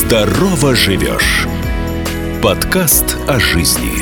Здорово живешь. Подкаст о жизни.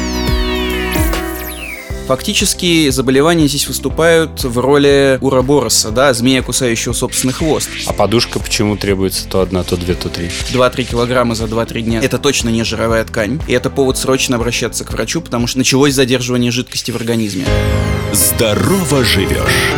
Фактически заболевания здесь выступают в роли уробороса, да, змея, кусающего собственный хвост. А подушка почему требуется то одна, то две, то три? 2-3 килограмма за 2-3 дня. Это точно не жировая ткань. И это повод срочно обращаться к врачу, потому что началось задерживание жидкости в организме. Здорово живешь.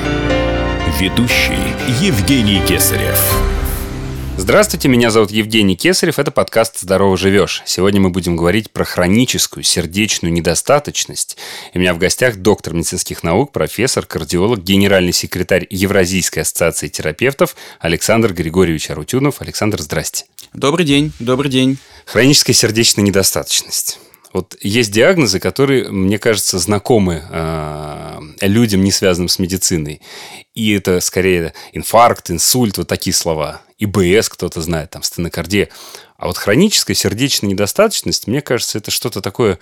Ведущий Евгений Кесарев. Здравствуйте, меня зовут Евгений Кесарев, это подкаст «Здорово живешь». Сегодня мы будем говорить про хроническую сердечную недостаточность. И у меня в гостях доктор медицинских наук, профессор, кардиолог, генеральный секретарь Евразийской ассоциации терапевтов Александр Григорьевич Арутюнов. Александр, здрасте. Добрый день, добрый день. Хроническая сердечная недостаточность. Вот есть диагнозы, которые, мне кажется, знакомы людям, не связанным с медициной. И это скорее инфаркт, инсульт, вот такие слова. ИБС кто-то знает, там, стенокардия. А вот хроническая сердечная недостаточность, мне кажется, это что-то такое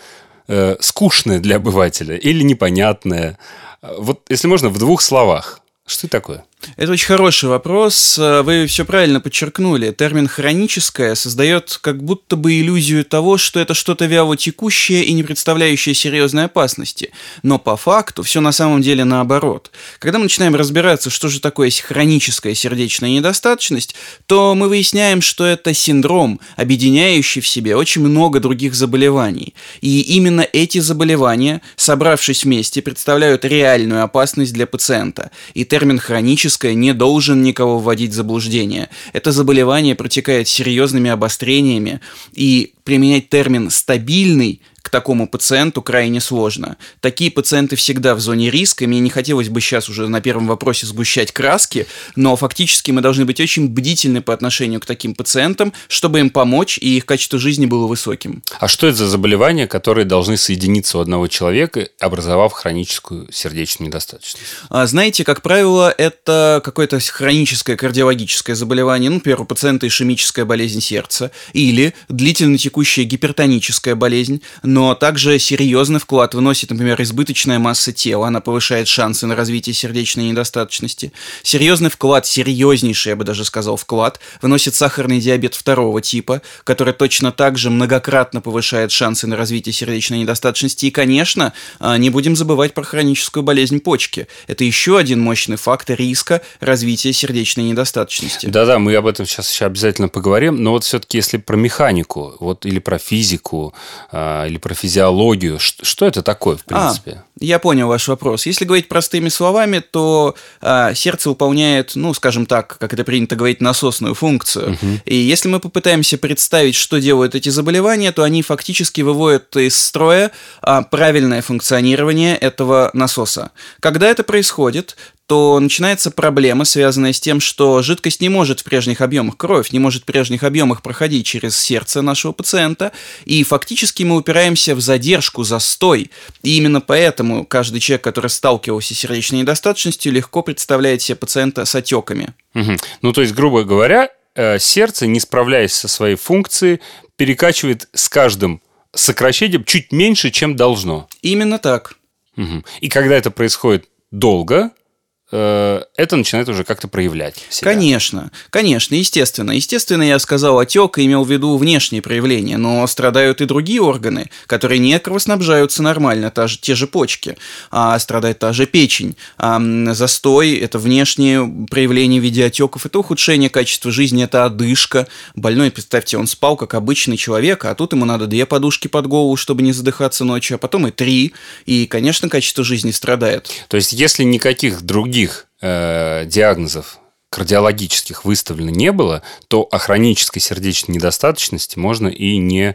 скучное для обывателя или непонятное. Вот, если можно, в 2 словах. Что это такое? Это очень хороший вопрос. Вы все правильно подчеркнули. Термин «хроническое» создает как будто бы иллюзию того, что это что-то вялотекущее и не представляющее серьезной опасности. Но по факту все на самом деле наоборот. Когда мы начинаем разбираться, что же такое хроническая сердечная недостаточность, то мы выясняем, что это синдром, объединяющий в себе очень много других заболеваний. И именно эти заболевания, собравшись вместе, представляют реальную опасность для пациента. И термин «хроническое» не должен никого вводить в заблуждение. Это заболевание протекает серьезными обострениями, и применять термин «стабильный» к такому пациенту крайне сложно. Такие пациенты всегда в зоне риска, и мне не хотелось бы сейчас уже на первом вопросе сгущать краски, но фактически мы должны быть очень бдительны по отношению к таким пациентам, чтобы им помочь, и их качество жизни было высоким. А что это за заболевания, которые должны соединиться у одного человека, образовав хроническую сердечную недостаточность? Знаете, как правило, это какое-то хроническое кардиологическое заболевание, например, у пациента ишемическая болезнь сердца, или длительно текущая гипертоническая болезнь, но также серьезный вклад вносит, например, избыточная масса тела, она повышает шансы на развитие сердечной недостаточности. Серьезный вклад, серьезнейший, я бы даже сказал, вклад, вносит сахарный диабет 2 типа, который точно так же многократно повышает шансы на развитие сердечной недостаточности. И, конечно, не будем забывать про хроническую болезнь почки. Это еще один мощный фактор риска развития сердечной недостаточности. Да-да, мы об этом сейчас еще обязательно поговорим, но вот все-таки если про механику, вот или про физику, или про физиологию. Что это такое, в принципе? Я понял ваш вопрос. Если говорить простыми словами, то сердце выполняет, скажем так, как это принято говорить, насосную функцию. И если мы попытаемся представить, что делают эти заболевания, то они фактически выводят из строя правильное функционирование этого насоса. Когда это происходит, то начинается проблема, связанная с тем, что жидкость не может в прежних объемах, кровь не может в прежних объемах проходить через сердце нашего пациента, и фактически мы упираемся в задержку, застой. И именно поэтому каждый человек, который сталкивался с сердечной недостаточностью, легко представляет себе пациента с отеками. Ну, то есть, грубо говоря, сердце, не справляясь со своей функцией, перекачивает с каждым сокращением чуть меньше, чем должно. Именно так. И когда это происходит долго, это начинает уже как-то проявлять себя. Конечно, естественно. Естественно, я сказал отек и имел в виду внешние проявления, но страдают и другие органы, которые не кровоснабжаются нормально, те же почки, а страдает та же печень. Застой – это внешние проявления в виде отеков, это ухудшение качества жизни, это одышка. Больной, представьте, он спал как обычный человек, а тут ему надо 2 подушки под голову, чтобы не задыхаться ночью, а потом и 3, и, конечно, качество жизни страдает. То есть, если никаких других диагнозов кардиологических выставлено не было, то о хронической сердечной недостаточности можно и не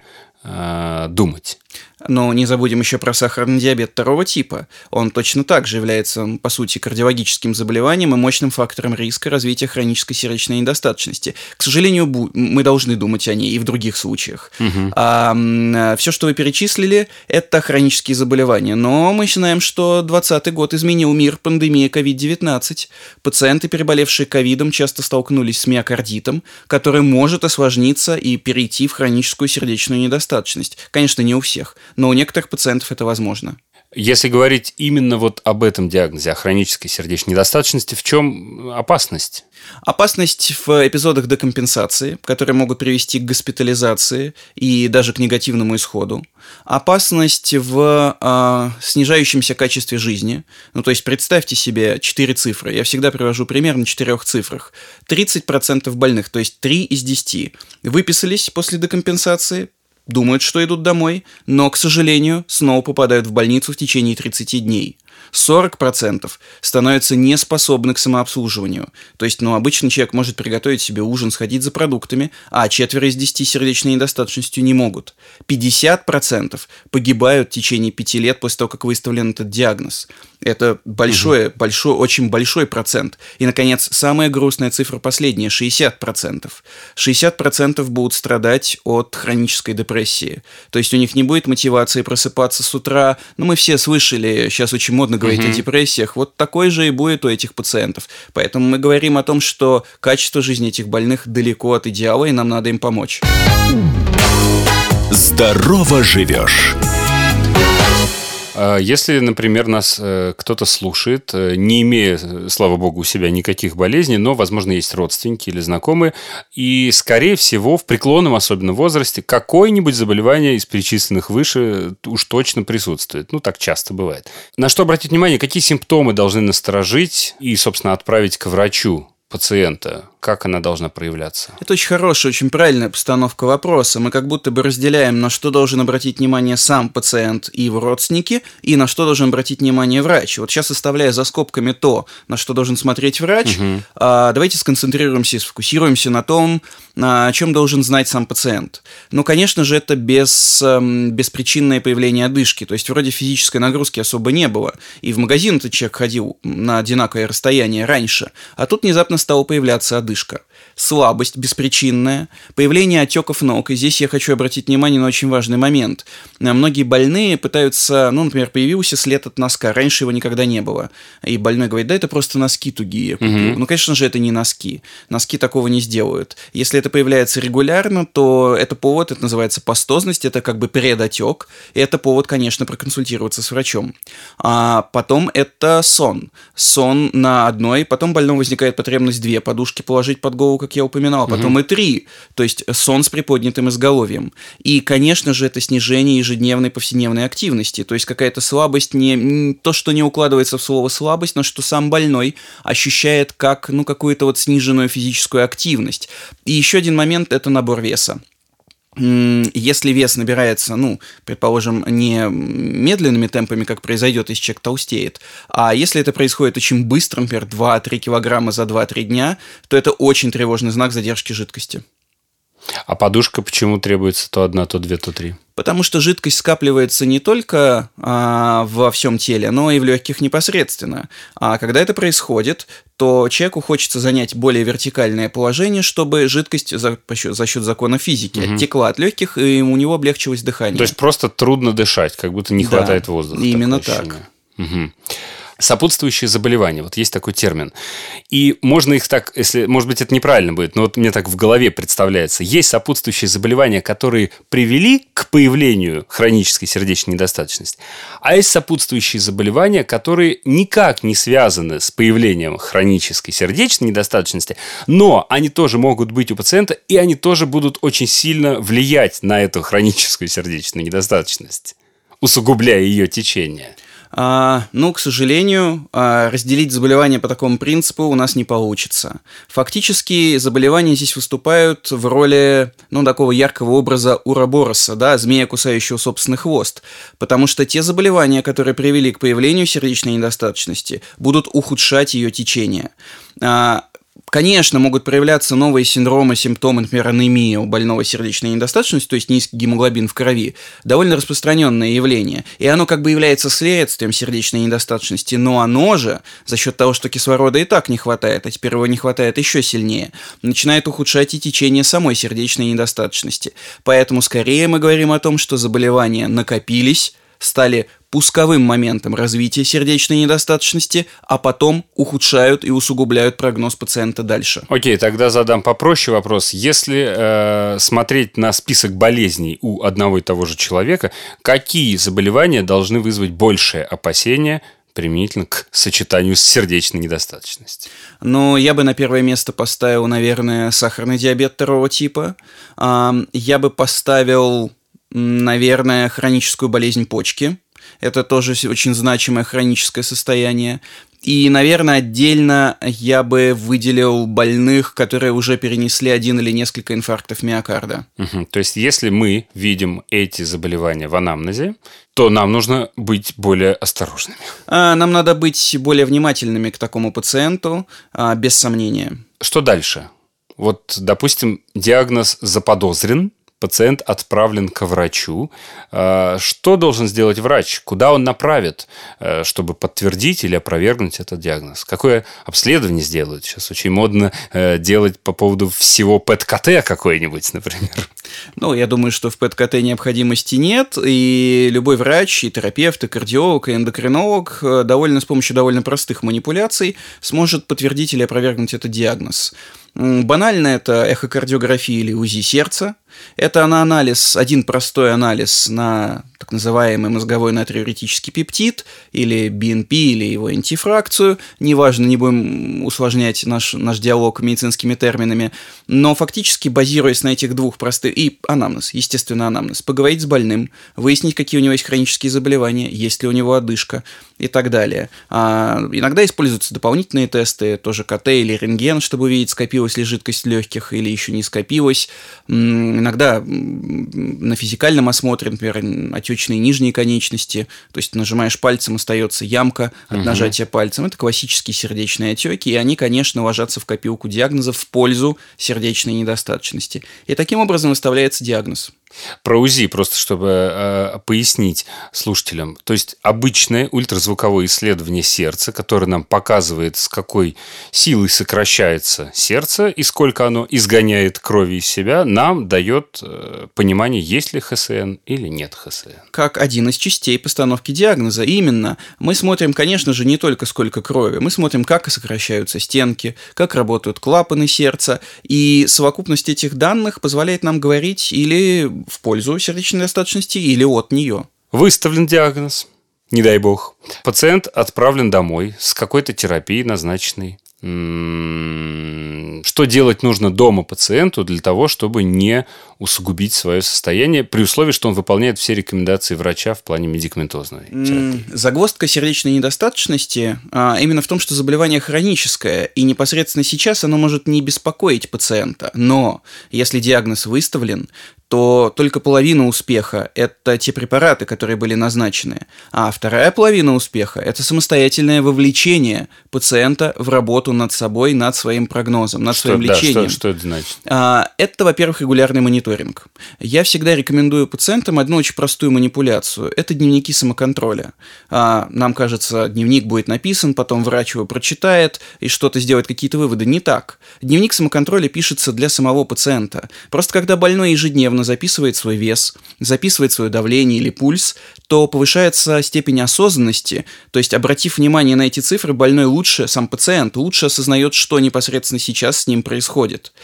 думать. Но не забудем еще про сахарный диабет 2 типа. Он точно так же является, по сути, кардиологическим заболеванием и мощным фактором риска развития хронической сердечной недостаточности. К сожалению, мы должны думать о ней и в других случаях. Все, что вы перечислили, это хронические заболевания. Но мы знаем, что 2020 год изменил мир, пандемия COVID-19. Пациенты, переболевшие ковидом, часто столкнулись с миокардитом, который может осложниться и перейти в хроническую сердечную недостаточность. Конечно, не у всех, но у некоторых пациентов это возможно. Если говорить именно вот об этом диагнозе, о хронической сердечной недостаточности, в чем опасность? Опасность в эпизодах декомпенсации, которые могут привести к госпитализации и даже к негативному исходу. Опасность в снижающемся качестве жизни. Ну, то есть, представьте себе 4 цифры. Я всегда привожу пример на 4 цифрах. 30% больных, то есть 3 из 10, выписались после декомпенсации, думают, что идут домой, но, к сожалению, снова попадают в больницу в течение 30 дней. 40% становятся неспособны к самообслуживанию. То есть, обычный человек может приготовить себе ужин, сходить за продуктами, а 4 из 10 сердечной недостаточностью не могут. 50% погибают в течение 5 лет после того, как выставлен этот диагноз. Это очень большой процент. И, наконец, самая грустная цифра последняя – 60%. 60% будут страдать от хронической депрессии. То есть у них не будет мотивации просыпаться с утра. Мы все слышали, сейчас очень модно говорить о депрессиях. Вот такой же и будет у этих пациентов. Поэтому мы говорим о том, что качество жизни этих больных далеко от идеала, и нам надо им помочь. Здорово живешь. Если, например, нас кто-то слушает, не имея, слава богу, у себя никаких болезней, но, возможно, есть родственники или знакомые, и, скорее всего, в преклонном, особенно возрасте, какое-нибудь заболевание из перечисленных выше уж точно присутствует. Так часто бывает. На что обратить внимание, какие симптомы должны насторожить и, собственно, отправить к врачу пациента? Как она должна проявляться? Это очень хорошая, очень правильная постановка вопроса. Мы как будто бы разделяем, на что должен обратить внимание сам пациент и его родственники, и на что должен обратить внимание врач. Вот сейчас, оставляя за скобками то, на что должен смотреть врач, давайте сконцентрируемся и сфокусируемся на том, о чем должен знать сам пациент. Конечно же, это беспричинное появление одышки. То есть, вроде физической нагрузки особо не было. И в магазин этот человек ходил на одинаковое расстояние раньше, а тут внезапно стала появляться одышка. Слабость беспричинная, появление отеков ног. И здесь я хочу обратить внимание на очень важный момент. Многие больные пытаются, например, появился след от носка, раньше его никогда не было. И больной говорит, да это просто носки тугие я купил. Конечно же, это не носки. Носки такого не сделают. Если это появляется регулярно, то это повод, это называется пастозность, это как бы предотек, и это повод, конечно, проконсультироваться с врачом. А потом это сон. Сон на одной, потом больному возникает потребность 2 подушки положить под голову, как я упоминал, потом и 3, то есть сон с приподнятым изголовьем. И, конечно же, это снижение ежедневной повседневной активности, то есть какая-то слабость, не то, что не укладывается в слово слабость, но что сам больной ощущает как, какую-то сниженную физическую активность. И еще один момент – это набор веса. Если вес набирается, предположим, не медленными темпами, как произойдет, если человек толстеет, а если это происходит очень быстро, например, 2-3 килограмма за 2-3 дня, то это очень тревожный знак задержки жидкости. А подушка почему требуется то 1, то 2, то 3? Потому что жидкость скапливается не только во всем теле, но и в легких непосредственно. А когда это происходит, то человеку хочется занять более вертикальное положение, чтобы жидкость за счет закона физики оттекла от легких, и у него облегчилось дыхание. То есть просто трудно дышать, как будто не хватает воздуха. Именно так. Сопутствующие заболевания. Вот есть такой термин. И можно их так, если, может быть, это неправильно будет, но мне так в голове представляется. Есть сопутствующие заболевания, которые привели к появлению хронической сердечной недостаточности, а есть сопутствующие заболевания, которые никак не связаны с появлением хронической сердечной недостаточности, но они тоже могут быть у пациента, и они тоже будут очень сильно влиять на эту хроническую сердечную недостаточность, усугубляя ее течение. К сожалению, разделить заболевания по такому принципу у нас не получится. Фактически заболевания здесь выступают в роли, такого яркого образа уробороса, змея, кусающего собственный хвост. Потому что те заболевания, которые привели к появлению сердечной недостаточности, будут ухудшать ее течение. Конечно, могут проявляться новые синдромы, симптомы, например, анемия у больного сердечной недостаточности, то есть низкий гемоглобин в крови, довольно распространенное явление. И оно как бы является следствием сердечной недостаточности, но оно же, за счет того, что кислорода и так не хватает, а теперь его не хватает еще сильнее, начинает ухудшать и течение самой сердечной недостаточности. Поэтому скорее мы говорим о том, что заболевания накопились, стали пусковым моментом развития сердечной недостаточности, а потом ухудшают и усугубляют прогноз пациента дальше. Окей, тогда задам попроще вопрос. Если смотреть на список болезней у одного и того же человека, какие заболевания должны вызвать большее опасение применительно к сочетанию с сердечной недостаточностью? Но я бы на первое место поставил, наверное, сахарный диабет 2 типа. Я бы поставил, наверное, хроническую болезнь почки. Это тоже очень значимое хроническое состояние. И, наверное, отдельно я бы выделил больных, которые уже перенесли один или несколько инфарктов миокарда. То есть, если мы видим эти заболевания в анамнезе, то нам нужно быть более осторожными. Нам надо быть более внимательными к такому пациенту, без сомнения. Что дальше? Вот, допустим, диагноз заподозрен, пациент отправлен к врачу. Что должен сделать врач? Куда он направит, чтобы подтвердить или опровергнуть этот диагноз? Какое обследование сделают? Сейчас очень модно делать по поводу всего ПЭТ-КТ какой-нибудь, например. Ну, я думаю, что в ПЭТ-КТ необходимости нет, и любой врач, и терапевт, и кардиолог, и эндокринолог с помощью довольно простых манипуляций сможет подтвердить или опровергнуть этот диагноз. Банально это эхокардиография или УЗИ сердца. Это один простой анализ на так называемый мозговой натриуретический пептид, или BNP, или его антифракцию. Неважно, не будем усложнять наш диалог медицинскими терминами. Но фактически, базируясь на этих двух простых... И анамнез, естественно, анамнез. Поговорить с больным, выяснить, какие у него есть хронические заболевания, есть ли у него одышка и так далее. Иногда используются дополнительные тесты, тоже КТ или рентген, чтобы увидеть, скопилась ли жидкость в легких или еще не скопилась. Иногда на физикальном осмотре, например, отечные нижние конечности, то есть нажимаешь пальцем, остается ямка от нажатия пальцем. Это классические сердечные отеки, и они, конечно, ложатся в копилку диагнозов в пользу сердечной недостаточности. И таким образом выставляется диагноз. Про УЗИ, просто чтобы пояснить слушателям. То есть, обычное ультразвуковое исследование сердца, которое нам показывает, с какой силой сокращается сердце и сколько оно изгоняет крови из себя, нам дает понимание, есть ли ХСН или нет ХСН. Как один из частей постановки диагноза. Именно. Мы смотрим, конечно же, не только сколько крови, мы смотрим, как сокращаются стенки, как работают клапаны сердца, и совокупность этих данных позволяет нам говорить или в пользу сердечной недостаточности, или от нее. Выставлен диагноз, не дай бог. Пациент отправлен домой с какой-то терапией назначенной. Что делать нужно дома пациенту для того, чтобы не усугубить свое состояние, при условии, что он выполняет все рекомендации врача в плане медикаментозной терапии? Загвоздка сердечной недостаточности именно в том, что заболевание хроническое, и непосредственно сейчас оно может не беспокоить пациента. Но если диагноз выставлен, то только половина успеха – это те препараты, которые были назначены, а вторая половина успеха – это самостоятельное вовлечение пациента в работу над собой, над своим прогнозом, над своим лечением. Что это значит? Это, во-первых, регулярный мониторинг. Я всегда рекомендую пациентам одну очень простую манипуляцию – это дневники самоконтроля. Нам кажется, дневник будет написан, потом врач его прочитает и что-то сделает, какие-то выводы. Не так. Дневник самоконтроля пишется для самого пациента. Просто когда больной ежедневно записывает свой вес, записывает свое давление или пульс, то повышается степень осознанности, то есть, обратив внимание на эти цифры, больной сам пациент лучше осознает, что непосредственно сейчас с ним происходит,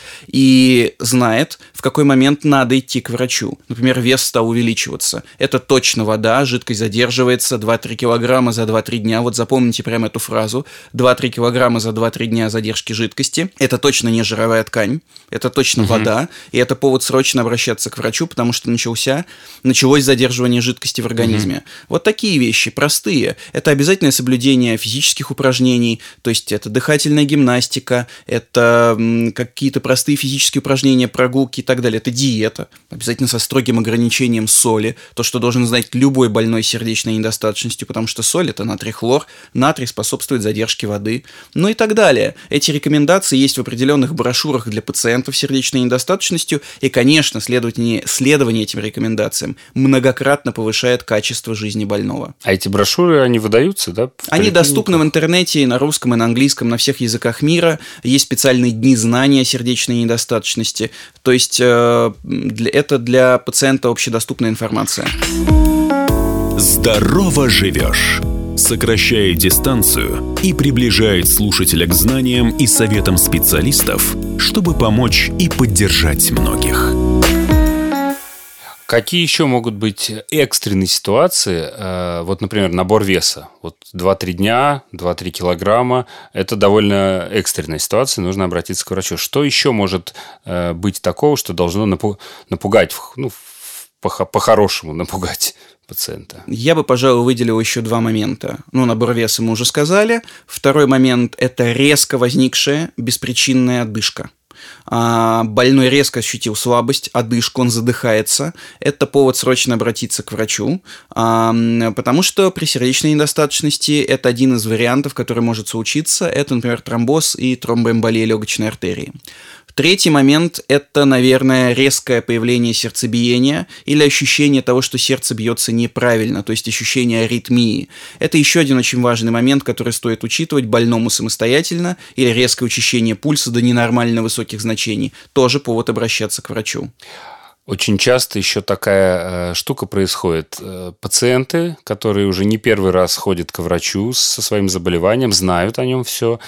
и знает, в какой момент надо идти к врачу. Например, вес стал увеличиваться. Это точно вода, жидкость задерживается, 2-3 килограмма за 2-3 дня. Вот запомните прямо эту фразу. 2-3 килограмма за 2-3 дня задержки жидкости. Это точно не жировая ткань, это точно вода, и это повод срочно обращаться к врачу, потому что началось задерживание жидкости в организме. Вот такие вещи, простые. Это обязательное соблюдение физических упражнений, то есть это дыхательная гимнастика, это какие-то простые физические упражнения, прогулки и так далее. Это диета, обязательно со строгим ограничением соли, то, что должен знать любой больной с сердечной недостаточностью, потому что соль – это натрий-хлор, натрий способствует задержке воды, ну и так далее. Эти рекомендации есть в определенных брошюрах для пациентов с сердечной недостаточностью, и, конечно, следование этим рекомендациям многократно повышает качество жизни больного. А эти брошюры, они выдаются, да? Они доступны в интернете и на русском, и на английском, на всех языках мира. Есть специальные дни знания сердечной недостаточности. То есть это для пациента общедоступная информация. Здорово живешь. Сокращает дистанцию и приближает слушателя к знаниям и советам специалистов, чтобы помочь и поддержать многих. Какие еще могут быть экстренные ситуации? Вот, например, набор веса. Вот 2-3 дня, 2-3 килограмма. Это довольно экстренная ситуация, нужно обратиться к врачу. Что еще может быть такого, что должно напугать, по-хорошему напугать пациента? Я бы, пожалуй, выделил еще два момента. Набор веса мы уже сказали. Второй момент – это резко возникшая беспричинная одышка. Больной резко ощутил слабость, одышку, он задыхается. Это повод срочно обратиться к врачу, потому что при сердечной недостаточности это один из вариантов, который может случиться. Это, например, тромбоз и тромбоэмболия легочной артерии. Третий момент – это, наверное, резкое появление сердцебиения или ощущение того, что сердце бьется неправильно, то есть ощущение аритмии. Это еще один очень важный момент, который стоит учитывать больному самостоятельно, или резкое учащение пульса до ненормально высоких значений. Тоже повод обращаться к врачу. Очень часто еще такая штука происходит. Пациенты, которые уже не первый раз ходят к врачу со своим заболеванием, знают о нем все.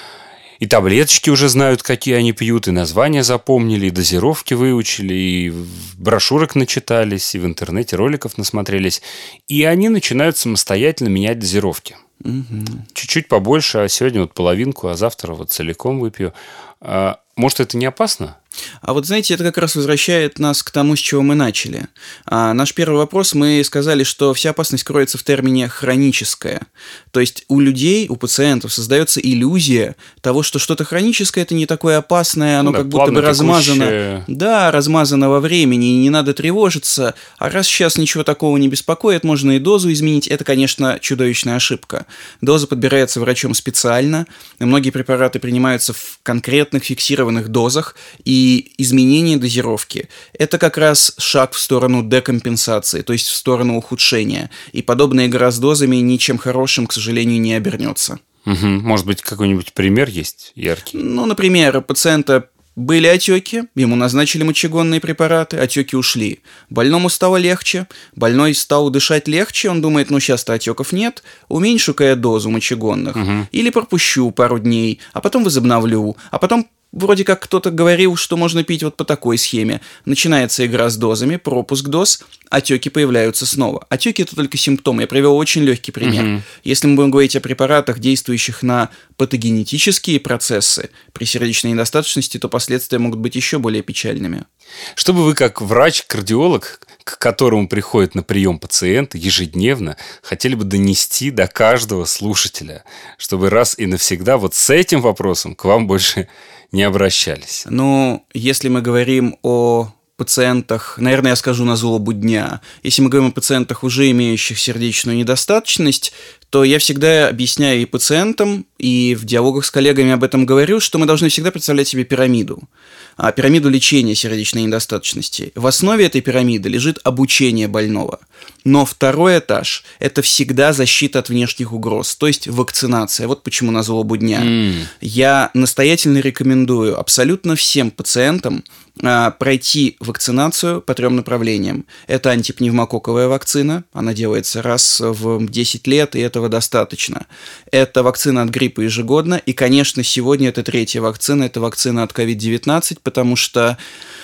И таблеточки уже знают, какие они пьют, и названия запомнили, и дозировки выучили, и брошюрок начитались, и в интернете роликов насмотрелись. И они начинают самостоятельно менять дозировки. Чуть-чуть побольше, а сегодня вот половинку, а завтра вот целиком выпью. Может, это не опасно? А вот, знаете, это как раз возвращает нас к тому, с чего мы начали. Наш первый вопрос, мы сказали, что вся опасность кроется в термине «хроническое». То есть у людей, у пациентов создается иллюзия того, что что-то хроническое – это не такое опасное, оно как будто бы размазано. Да, размазано во времени, и не надо тревожиться. А раз сейчас ничего такого не беспокоит, можно и дозу изменить. Это, конечно, чудовищная ошибка. Доза подбирается врачом специально. Многие препараты принимаются в конкретных фиксированных дозах, и изменение дозировки – это как раз шаг в сторону декомпенсации, то есть в сторону ухудшения. И подобная игра с дозами ничем хорошим, к сожалению, не обернется. Может быть, какой-нибудь пример есть яркий? Например, у пациента были отеки, ему назначили мочегонные препараты, отеки ушли. Больному стало легче, больной стал дышать легче, он думает, сейчас-то отеков нет, уменьшу-ка я дозу мочегонных, или пропущу пару дней, а потом возобновлю, а потом вроде как кто-то говорил, что можно пить вот по такой схеме. Начинается игра с дозами, пропуск доз, отеки появляются снова. Отеки – это только симптом. Я привел очень легкий пример. Если мы будем говорить о препаратах, действующих на патогенетические процессы при сердечной недостаточности, то последствия могут быть еще более печальными. Чтобы вы, как врач-кардиолог, к которому приходят на прием пациенты ежедневно, хотели бы донести до каждого слушателя, чтобы раз и навсегда вот с этим вопросом к вам больше не обращались? Если мы говорим о пациентах, наверное, я скажу на злобу дня, если мы говорим о пациентах, уже имеющих сердечную недостаточность, то я всегда объясняю и пациентам, и в диалогах с коллегами об этом говорю, что мы должны всегда представлять себе пирамиду. Пирамиду лечения сердечной недостаточности. В основе этой пирамиды лежит обучение больного. Но второй этаж – это всегда защита от внешних угроз, то есть вакцинация. Вот почему на злобу дня. Я настоятельно рекомендую абсолютно всем пациентам пройти вакцинацию по 3 направлениям. Это антипневмококковая вакцина, она делается раз в 10 лет, и этого достаточно. Это вакцина от гриппа ежегодно, и, конечно, сегодня это 3-я вакцина, это вакцина от COVID-19, потому что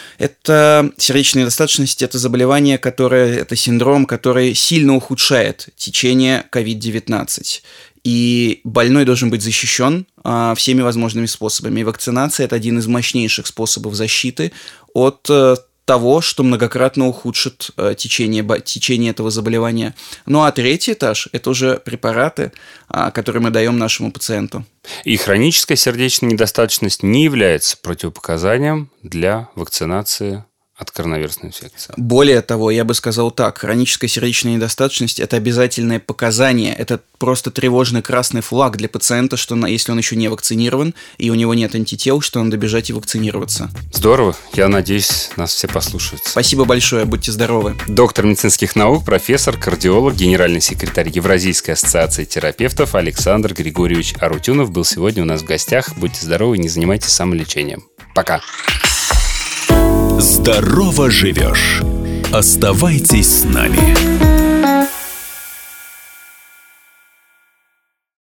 это сердечная недостаточность, это заболевание, это синдром, который сильно ухудшает течение COVID-19. И больной должен быть защищен всеми возможными способами. И вакцинация – это один из мощнейших способов защиты от того, что многократно ухудшит течение этого заболевания. А 3-й этаж – это уже препараты, которые мы даем нашему пациенту. И хроническая сердечная недостаточность не является противопоказанием для вакцинации от коронавирусной инфекции. Более того, я бы сказал так, хроническая сердечная недостаточность – это обязательное показание, это просто тревожный красный флаг для пациента, что если он еще не вакцинирован и у него нет антител, что надо бежать и вакцинироваться. Здорово, я надеюсь, нас все послушают. Спасибо большое, будьте здоровы. Доктор медицинских наук, профессор, кардиолог, генеральный секретарь Евразийской ассоциации терапевтов Александр Григорьевич Арутюнов был сегодня у нас в гостях. Будьте здоровы и не занимайтесь самолечением. Пока. Здорово живешь. Оставайтесь с нами.